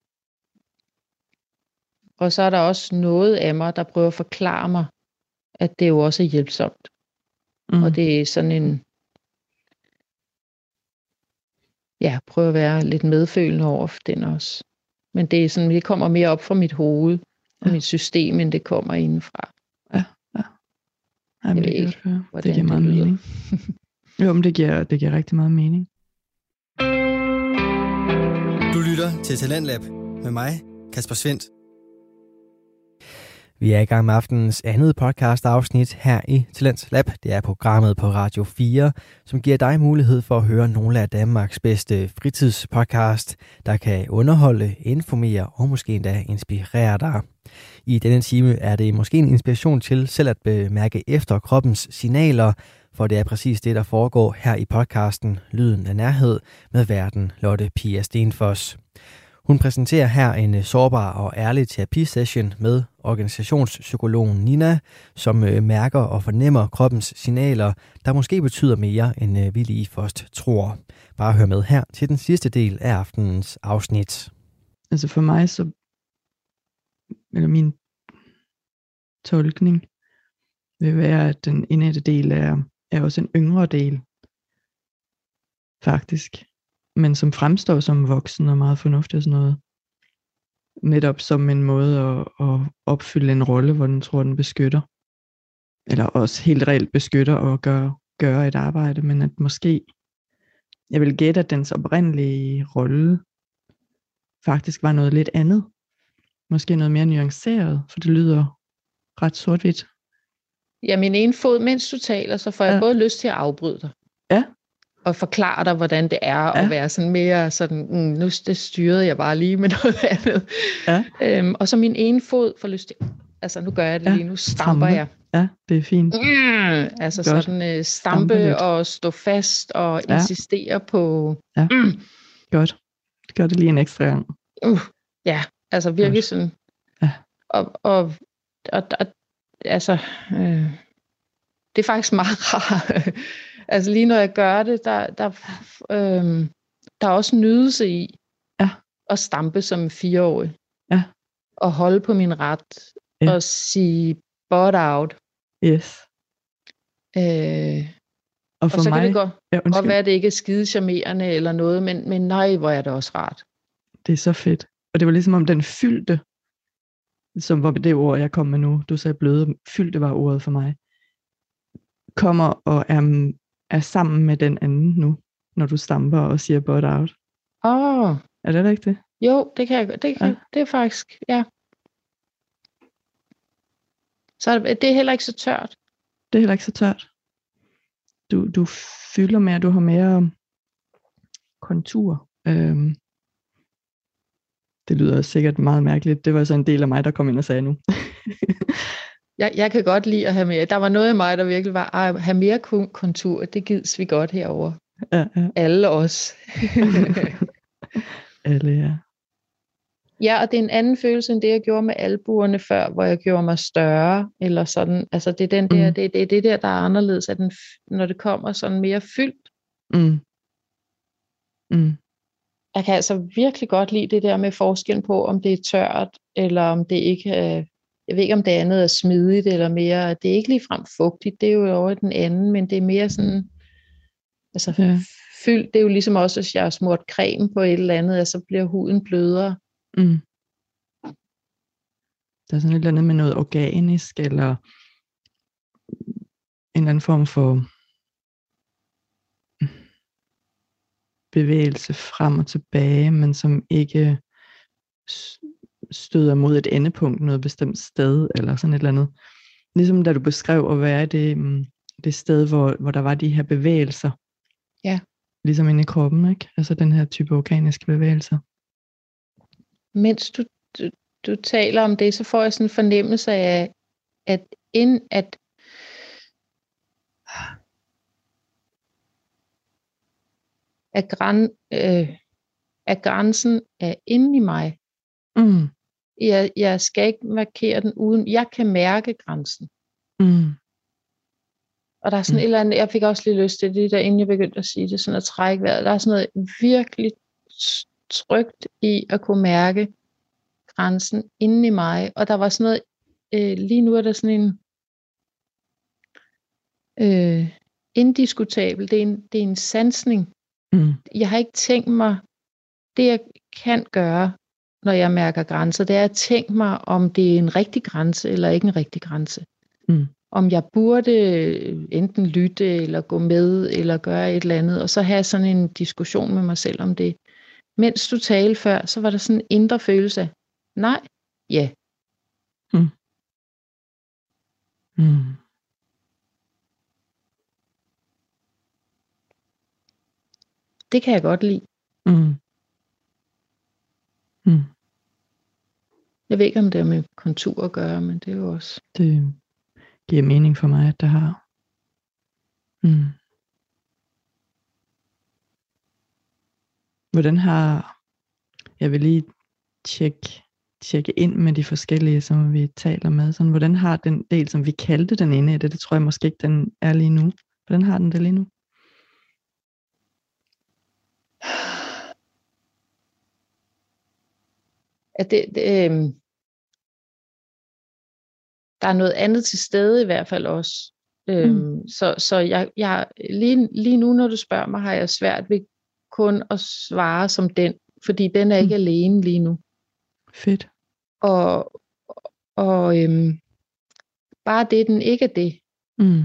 B: og så er der også noget af mig, der prøver at forklare mig, at det jo også er hjælpsomt. Og det er sådan en, prøve at være lidt medfølende over for den også. Men det er sådan, det kommer mere op fra mit hoved, og mit system, end det kommer indenfra.
C: Ja. Jamen, jeg ved ikke, det giver meget mening. Jo, men det giver rigtig meget mening.
A: Du lytter til Talentlab med mig, Kasper Svendt. Vi er i gang med aftenens andet podcast-afsnit her i Talentlab. Det er programmet på Radio 4, som giver dig mulighed for at høre nogle af Danmarks bedste fritidspodcast, der kan underholde, informere og måske endda inspirere dig. I denne time er det måske en inspiration til selv at bemærke efter kroppens signaler, for det er præcis det, der foregår her i podcasten Lyden af Nærhed med værten Lotte Pia Stenfoss. Hun præsenterer her en sårbar og ærlig terapisession med organisationspsykologen Nina, som mærker og fornemmer kroppens signaler, der måske betyder mere, end vi lige først tror. Bare hør med her til den sidste del af aftenens afsnit.
C: Altså for mig, eller min tolkning vil være, at den indædte del er også en yngre del, faktisk. Men som fremstår som voksen og meget fornuftig og sådan noget. Netop som en måde at opfylde en rolle, hvor den tror, den beskytter. Eller også helt reelt beskytter og gør et arbejde, men at måske, jeg vil gætte, at dens oprindelige rolle faktisk var noget lidt andet. Måske noget mere nuanceret, for det lyder ret sort-hvidt.
B: Ja, min ene fod, mens du taler, så får jeg både lyst til at afbryde dig.
C: Ja.
B: Og forklare dig, hvordan det er at være sådan mere sådan, nu det styrede jeg bare lige med noget andet. Ja. Og så min ene fod får lyst til, altså nu gør jeg det lige, nu stamper jeg.
C: Ja, det er fint.
B: Altså godt. Sådan stampe og stå fast og insistere på.
C: Ja. Godt. Gør det lige en ekstra gang.
B: Ja, altså virkelig godt. Sådan. Ja. Og altså, det er faktisk meget rart. Altså lige når jeg gør det, der er også nydelse i at stampe som 4-årig. Ja. Og holde på min ret og sige butt out.
C: Yes.
B: Og så mig, kan det godt være, at det ikke er skide charmerende eller noget, men nej, hvor er det også rart.
C: Det er så fedt. Og det var ligesom om den fyldte, som var det ord, jeg kom med nu. Du sagde bløde, fyldte var ordet for mig. Kommer og er sammen med den anden nu, når du stamper og siger butt out. Er det rigtigt?
B: Jo, det kan jeg. Det er faktisk, ja. Så det er heller ikke så tørt.
C: Det er heller ikke så tørt. Du fylder mere, du har mere kontur. Det lyder sikkert meget mærkeligt. Det var så en del af mig, der kom ind og sagde nu.
B: Jeg kan godt lide at have mere. Der var noget af mig, der virkelig var, at have mere kontur, det gids vi godt herover. Ja. Alle os.
C: Alle, ja.
B: Ja, og det er en anden følelse, end det, jeg gjorde med albuerne før, hvor jeg gjorde mig større, eller sådan. Altså, det er den der, det er det der, der er anderledes, at når det kommer sådan mere fyldt. Jeg kan altså virkelig godt lide det der med forskellen på, om det er tørt, eller om det ikke er. Jeg ved ikke, om det andet er smidigt, eller mere, det er ikke ligefrem fugtigt, det er jo over den anden, men det er mere sådan, altså fyldt, det er jo ligesom også, hvis jeg har smurt creme på et eller andet, så bliver huden blødere.
C: Der er sådan et eller andet med noget organisk, eller en eller anden form for bevægelse frem og tilbage, men som ikke støder mod et endepunkt noget bestemt sted, eller sådan et eller andet. Ligesom da du beskrev at være det sted, hvor der var de her bevægelser.
B: Ja.
C: Ligesom inde i kroppen, ikke? Altså den her type organiske bevægelser.
B: Mens du taler om det, så får jeg sådan en fornemmelse af, at grænsen er inde i mig.
C: Mm.
B: Jeg skal ikke markere den uden. Jeg kan mærke grænsen.
C: Mm.
B: Og der er sådan et eller andet, jeg fik også lige lyst til det, der inden jeg begyndte at sige det, sådan at trække vejret. Der er sådan noget virkelig trygt i at kunne mærke grænsen inde i mig. Og der var sådan noget, lige nu er der sådan en indiskutabel, det er en sansning.
C: Mm.
B: Jeg har ikke tænkt mig, det jeg kan gøre, når jeg mærker grænser, det er at tænke mig, om det er en rigtig grænse, eller ikke en rigtig grænse.
C: Mm.
B: Om jeg burde enten lytte, eller gå med, eller gøre et eller andet, og så have sådan en diskussion med mig selv om det. Mens du talte før, så var der sådan en indre følelse af, nej, ja.
C: Mm. Mm.
B: Det kan jeg godt lide.
C: Mm. Mm.
B: Jeg ved ikke, om det er med kontur at gøre, men det er jo også...
C: Det giver mening for mig, at det har. Mm. Hvordan har... Jeg vil lige tjekke ind med de forskellige, som vi taler med. Sådan, hvordan har den del, som vi kaldte den inde i det tror jeg måske ikke, den er lige nu. Hvordan har den det lige nu?
B: At der er noget andet til stede i hvert fald også. Så jeg lige nu, når du spørger mig, har jeg svært ved kun at svare som den, fordi den er ikke alene lige nu.
C: Fedt.
B: Og bare det, den ikke er det.
C: Mm.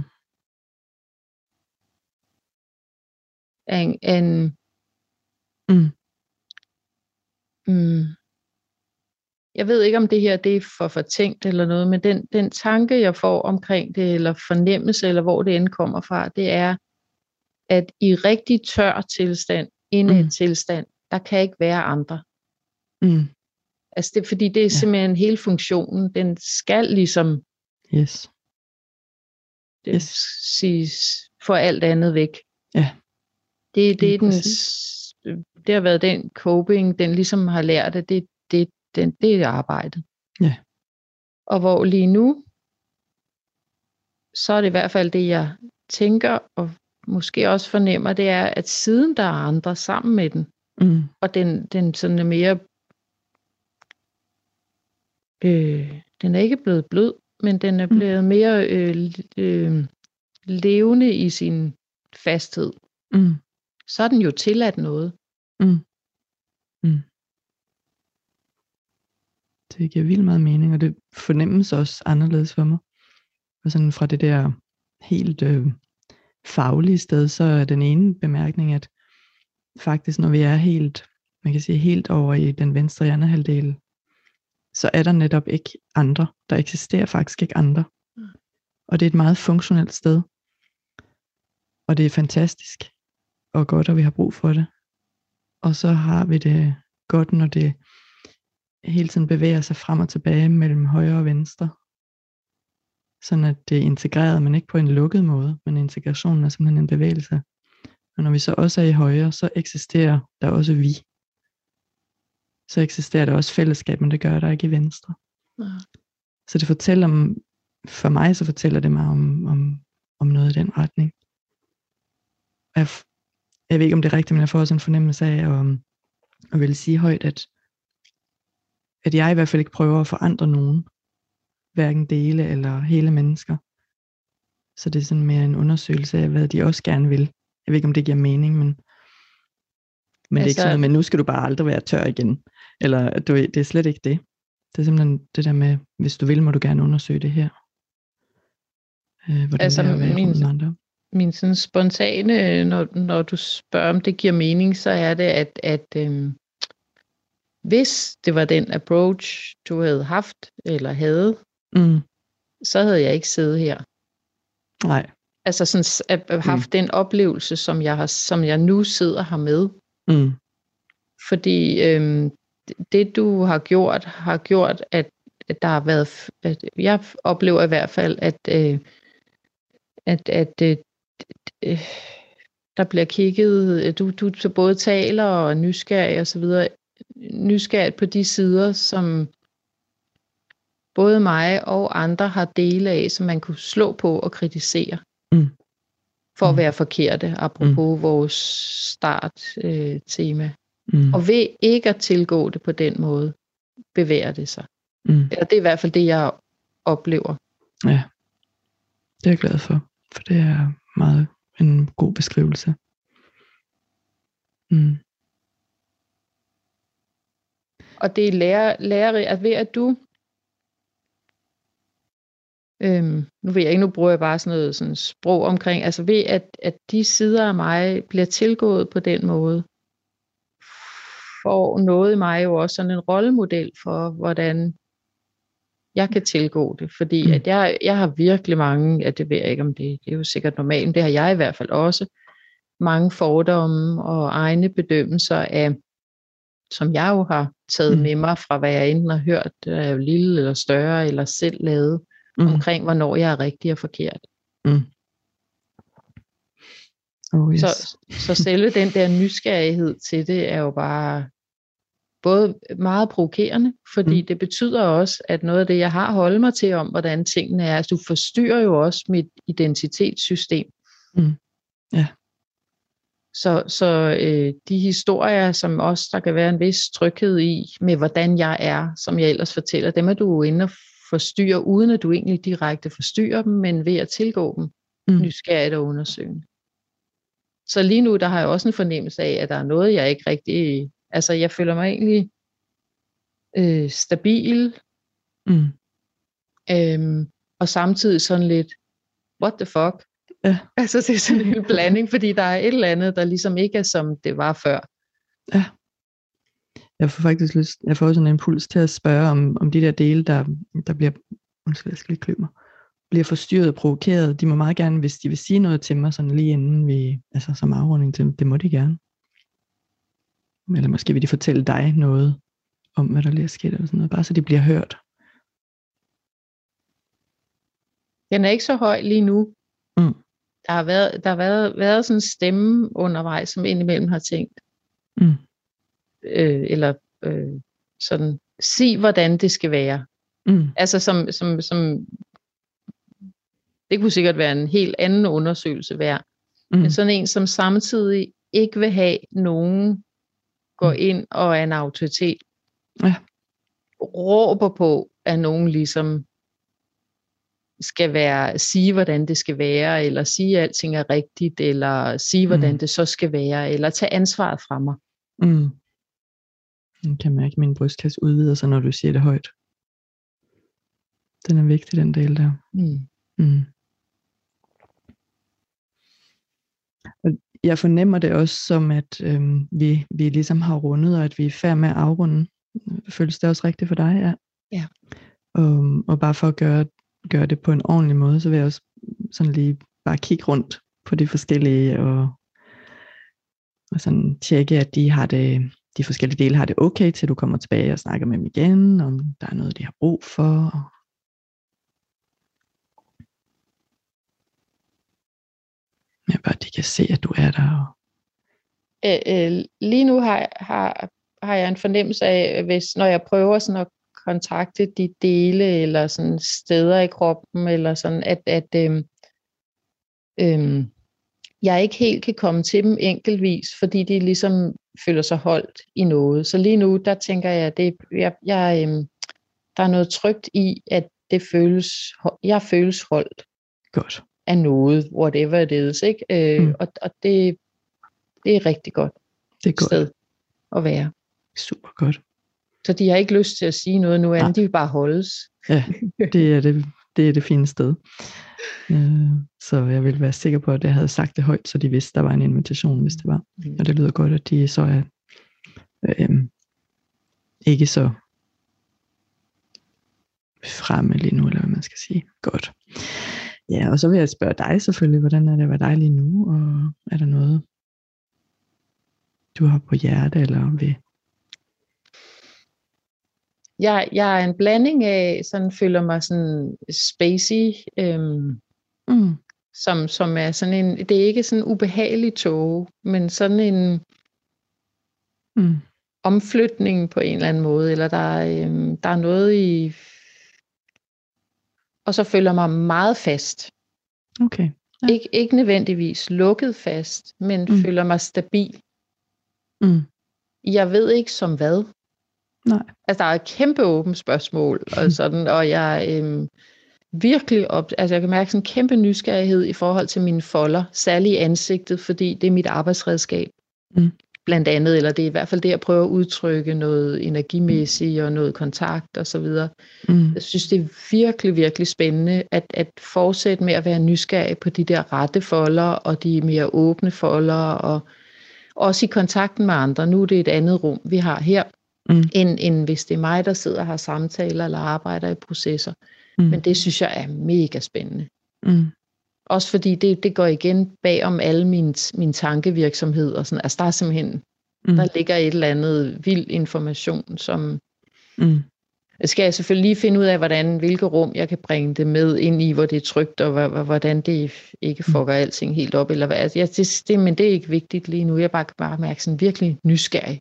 B: Jeg ved ikke, om det her det er for fortænkt eller noget, men den tanke, jeg får omkring det, eller fornemmelse, eller hvor det end kommer fra, det er, at i rigtig tør tilstand, inde i tilstand, der kan ikke være andre.
C: Mm.
B: Altså det, fordi det er simpelthen hele funktionen, den skal ligesom siges, få alt andet væk.
C: Ja.
B: Det er det har været den coping, den ligesom har lært, at det er arbejdet.
C: Ja.
B: Og hvor lige nu, så er det i hvert fald det, jeg tænker, og måske også fornemmer, det er, at siden der er andre sammen med den, og den sådan er mere, den er ikke blevet blød, men den er blevet mere levende i sin fasthed. Så er den jo tilladt noget.
C: Det giver vildt meget mening, og det fornemmes også anderledes for mig. Og sådan fra det der helt faglige sted, så er den ene bemærkning, at faktisk når vi er helt, man kan sige helt over i den venstre hjernehalvdel, så er der netop ikke andre. Der eksisterer faktisk ikke andre. Og det er et meget funktionelt sted. Og det er fantastisk og godt, og vi har brug for det. Og så har vi det godt, når det hele tiden bevæger sig frem og tilbage mellem højre og venstre. Sådan at det er integreret, men ikke på en lukket måde, men integrationen er simpelthen en bevægelse. Og når vi så også er i højre, så eksisterer der også vi. Så eksisterer der også fællesskab, men det gør der ikke i venstre. Så det fortæller for mig, så fortæller det mig om noget i den retning. Jeg ved ikke, om det er rigtigt, men jeg får også en fornemmelse af at vil sige højt, at jeg i hvert fald ikke prøver at forandre nogen, hverken dele eller hele mennesker. Så det er sådan mere en undersøgelse af, hvad de også gerne vil. Jeg ved ikke, om det giver mening, men det er ikke sådan noget, men nu skal du bare aldrig være tør igen. Eller det er slet ikke det. Det er simpelthen det der med, hvis du vil, må du gerne undersøge det her. Hvordan det er at være med andre.
B: min sådan spontane, når du spørger, om det giver mening, så er det, at hvis det var den approach, du havde haft, eller havde, så havde jeg ikke siddet her.
C: Nej.
B: Altså sådan at haft den oplevelse, som jeg nu sidder her med. Fordi det du har gjort, at der har været, at jeg oplever i hvert fald, at der bliver kigget, du både taler og er nysgerrig og så videre, nysgerrig på de sider, som både mig og andre har dele af, som man kunne slå på og kritisere. For at være forkerte, apropos vores start-tema. Og ved ikke at tilgå det på den måde, bevæger det sig. Eller det er i hvert fald det, jeg oplever.
C: Ja, det er jeg glad for det er meget en god beskrivelse.
B: Og det er lærerigt, at ved at du, nu ved jeg ikke, nu bruger jeg bare sådan noget sådan sprog omkring, altså ved at de sider af mig bliver tilgået på den måde, får noget i mig jo også sådan en rollemodel for, hvordan jeg kan tilgå det. Fordi at jeg har virkelig mange, at det ved jeg ikke om det er jo sikkert normalt, men det har jeg i hvert fald også, mange fordomme og egne bedømmelser af, som jeg jo har taget med mig fra, hvad jeg enten har hørt, er jo lille eller større, eller selv lavet, omkring hvornår jeg er rigtig og forkert.
C: Oh, yes.
B: Så selve den der nysgerrighed til det er jo bare både meget provokerende, fordi det betyder også, at noget af det, jeg har holdt mig til om, hvordan tingene er, altså du forstyrrer jo også mit identitetssystem.
C: Ja.
B: Så de historier, som også der kan være en vis tryghed i, med hvordan jeg er, som jeg ellers fortæller, dem er du inde og forstyrre, uden at du egentlig direkte forstyrrer dem, men ved at tilgå dem nysgerrigt og undersøgende. Så lige nu, der har jeg også en fornemmelse af, at der er noget, jeg ikke rigtig, altså jeg føler mig egentlig stabil, og samtidig sådan lidt, what the fuck?
C: Ja.
B: Altså det er sådan en blanding, fordi der er et eller andet, der ligesom ikke er som det var før.
C: Ja. Jeg får faktisk lyst, jeg får også en impuls til at spørge om de der dele, der bliver, undskyld, jeg skal lige klø mig, bliver forstyrret og provokeret. De må meget gerne, hvis de vil sige noget til mig, sådan lige inden vi, altså som afrunding til dem, det må de gerne. Eller måske vil de fortælle dig noget om, hvad der lige er sket, eller sådan noget, bare så de bliver hørt.
B: Den er ikke så høj lige nu. Der har været sådan en stemme undervejs, som indimellem har tænkt, sådan, sig hvordan det skal være. Altså som det kunne sikkert være en helt anden undersøgelse værd. Men sådan en, som samtidig ikke vil have nogen går ind og er en autoritet.
C: Ja.
B: Råber på, at nogen ligesom skal sige, hvordan det skal være, eller sige, at alting er rigtigt, eller sige, hvordan det så skal være, eller tage ansvaret fra mig.
C: Jeg kan mærke, at min brystkasse udvider sig, når du siger det højt. Den er vigtig, den del der. Og jeg fornemmer det også som, at vi ligesom har rundet, og at vi er færdige med at afrunde. Føles det også rigtigt for dig? Ja.
B: Ja.
C: Og bare for at gøre det på en ordentlig måde, så vil jeg også sådan lige bare kigge rundt på de forskellige, og sådan tjekke, at de forskellige dele har det okay, til du kommer tilbage og snakker med dem igen, om der er noget, de har brug for. Ja, bare de kan se, at du er der.
B: Lige nu har jeg en fornemmelse af, når jeg prøver sådan at kontakte de dele, eller sådan steder i kroppen, eller sådan, at jeg ikke helt kan komme til dem enkeltvis, fordi de ligesom føler sig holdt i noget. Så lige nu, der tænker jeg, at der er noget trygt i, at jeg føles holdt.
C: Godt.
B: Af noget, whatever it is, ikke? Og det er rigtig godt.
C: Det er godt
B: sted at være.
C: Super godt.
B: Så de har ikke lyst til at sige noget nu andet, de vil bare holdes.
C: Ja, det er det det er det fine sted. Så jeg ville være sikker på, at jeg havde sagt det højt, så de vidste, der var en invitation, hvis det var. Og det lyder godt, at de så er ikke så fremme lige nu, eller hvad man skal sige. Godt. Ja, og så vil jeg spørge dig selvfølgelig, hvordan er det at være dig lige nu, og er der noget, du har på hjerte, eller vil?
B: Jeg er en blanding af, sådan føler mig sådan spacey, som er sådan en, det er ikke sådan en ubehagelig tåge, men sådan en omflytning på en eller anden måde, eller der er noget i, og så føler mig meget fast.
C: Okay. Ja.
B: Ikke nødvendigvis lukket fast, men føler mig stabil. Jeg ved ikke som hvad.
C: Nej.
B: Altså der er et kæmpe åbent spørgsmål, og sådan, og jeg virkelig jeg kan mærke sådan en kæmpe nysgerrighed i forhold til mine folder, særligt i ansigtet, fordi det er mit arbejdsredskab. Blandt andet, eller det er i hvert fald det, jeg prøver at udtrykke noget energimæssigt og noget kontakt og så videre. Jeg synes, det er virkelig, virkelig spændende at fortsætte med at være nysgerrig på de der rette folder og de mere åbne folder, og også i kontakten med andre. Nu er det et andet rum, vi har her, end hvis det er mig, der sidder og har samtaler eller arbejder i processer. Men det synes jeg er mega spændende. Også fordi det går igen bag om alle min tankevirksomhed og sådan. Altså der er simpelthen, der ligger et eller andet vild information, som skal jeg selvfølgelig lige finde ud af, hvilke rum jeg kan bringe det med ind i, hvor det er trygt, og hvordan det ikke fucker alting helt op, eller hvad. Altså, men det er ikke vigtigt lige nu. Jeg bare mærker sådan virkelig nysgerrig.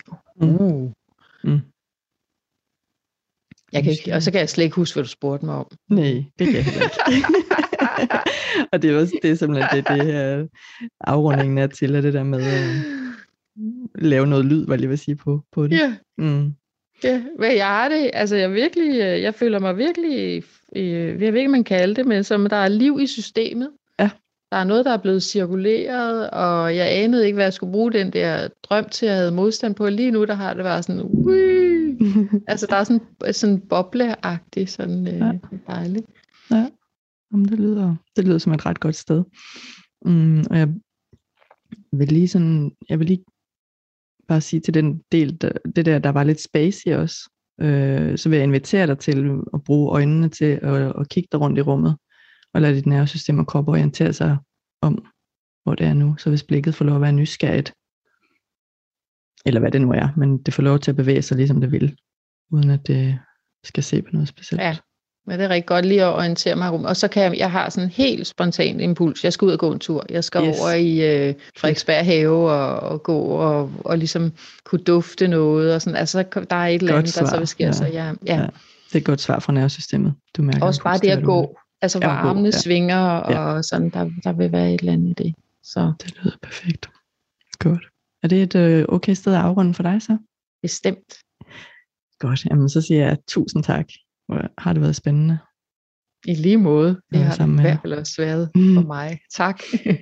B: Jeg kan ikke, og så kan jeg slet ikke huske, hvad du spurgte mig om.
C: Nej, det kan jeg heller ikke. Og det er også det, simpelthen det her afrundingen er til, at det der med at lave noget lyd, hvad jeg vil sige på det.
B: Ja. Ja, hvad jeg har det, altså jeg føler mig virkelig, jeg ved ikke, man kalder det, men som der er liv i systemet.
C: Ja. Der
B: er noget, der er blevet cirkuleret, og jeg anede ikke, hvad jeg skulle bruge den der drøm til, at jeg havde modstand på. Lige nu, der har det været sådan, altså der er sådan bobleagtigt, sådan dejligt.
C: Ja. Jamen, det lyder som et ret godt sted. Og jeg vil lige bare sige til den del, det der var lidt space i os, så vil jeg invitere dig til at bruge øjnene til at kigge dig rundt i rummet, og lade dit nervesystem og krop orientere sig om, hvor det er nu. Så hvis blikket får lov at være nysgerrigt, eller hvad det nu er, men det får lov til at bevæge sig, ligesom det vil, uden at det skal se på noget specielt.
B: Ja. Men det er rigtig godt lige at orientere mig om. Og så kan jeg har sådan en helt spontan impuls. Jeg skal ud og gå en tur. Jeg skal over i Frederiksberg Have og gå og ligesom kunne dufte noget. Og sådan. Altså, der er et eller andet, der så vil ske. Så ja. Det
C: er et godt svar fra nervesystemet. Du mærker
B: også bare det at gå. Altså, hvor armene svinger, og sådan, der vil være et eller andet i det. Så.
C: Det lyder perfekt. Godt. Er det et okay sted at afrunde for dig så?
B: Bestemt.
C: Godt. Jamen, så siger jeg tusind tak. Har det været spændende?
B: I lige måde. Det har det i hvert fald også været for mig. Tak.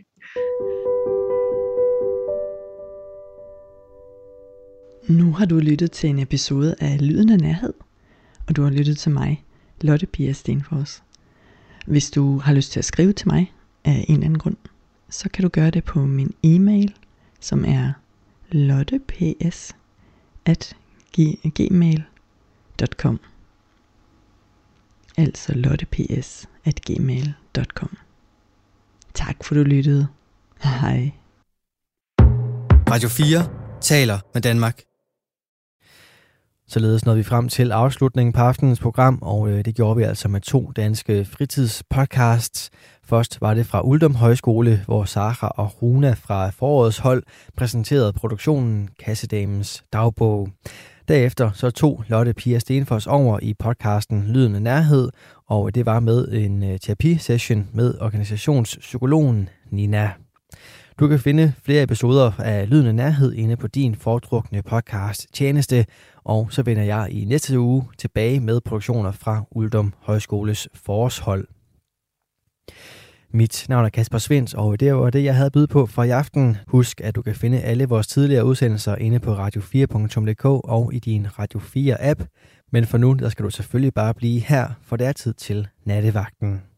C: Nu har du lyttet til en episode af Lyden af Nærhed, og du har lyttet til mig, Lotte Pia Stenfors. Hvis du har lyst til at skrive til mig af en eller anden grund, så kan du gøre det på min e-mail, som er lotteps@gmail.com. Altså lotteps@gmail.com. Tak for du lyttede. Hej.
A: Radio 4 taler med Danmark. Således nåede vi frem til afslutningen på aftenens program, og det gjorde vi altså med 2 danske fritidspodcasts. Først var det fra Uldum Højskole, hvor Sara og Runa fra forårets hold præsenterede produktionen Kassedamens dagbog. Derefter så tog Lotte Pia Stenfors over i podcasten Lyden af Nærhed, og det var med en terapisession med organisationspsykologen Nina. Du kan finde flere episoder af Lyden af Nærhed inde på din foretrukne podcast tjeneste, og så vender jeg i næste uge tilbage med produktioner fra Uldum Højskoles forårshold. Mit navn er Kasper Svinds, og det var det, jeg havde at byde på for i aften. Husk, at du kan finde alle vores tidligere udsendelser inde på radio4.dk og i din Radio 4-app. Men for nu, der skal du selvfølgelig bare blive her, for det er tid til nattevagten.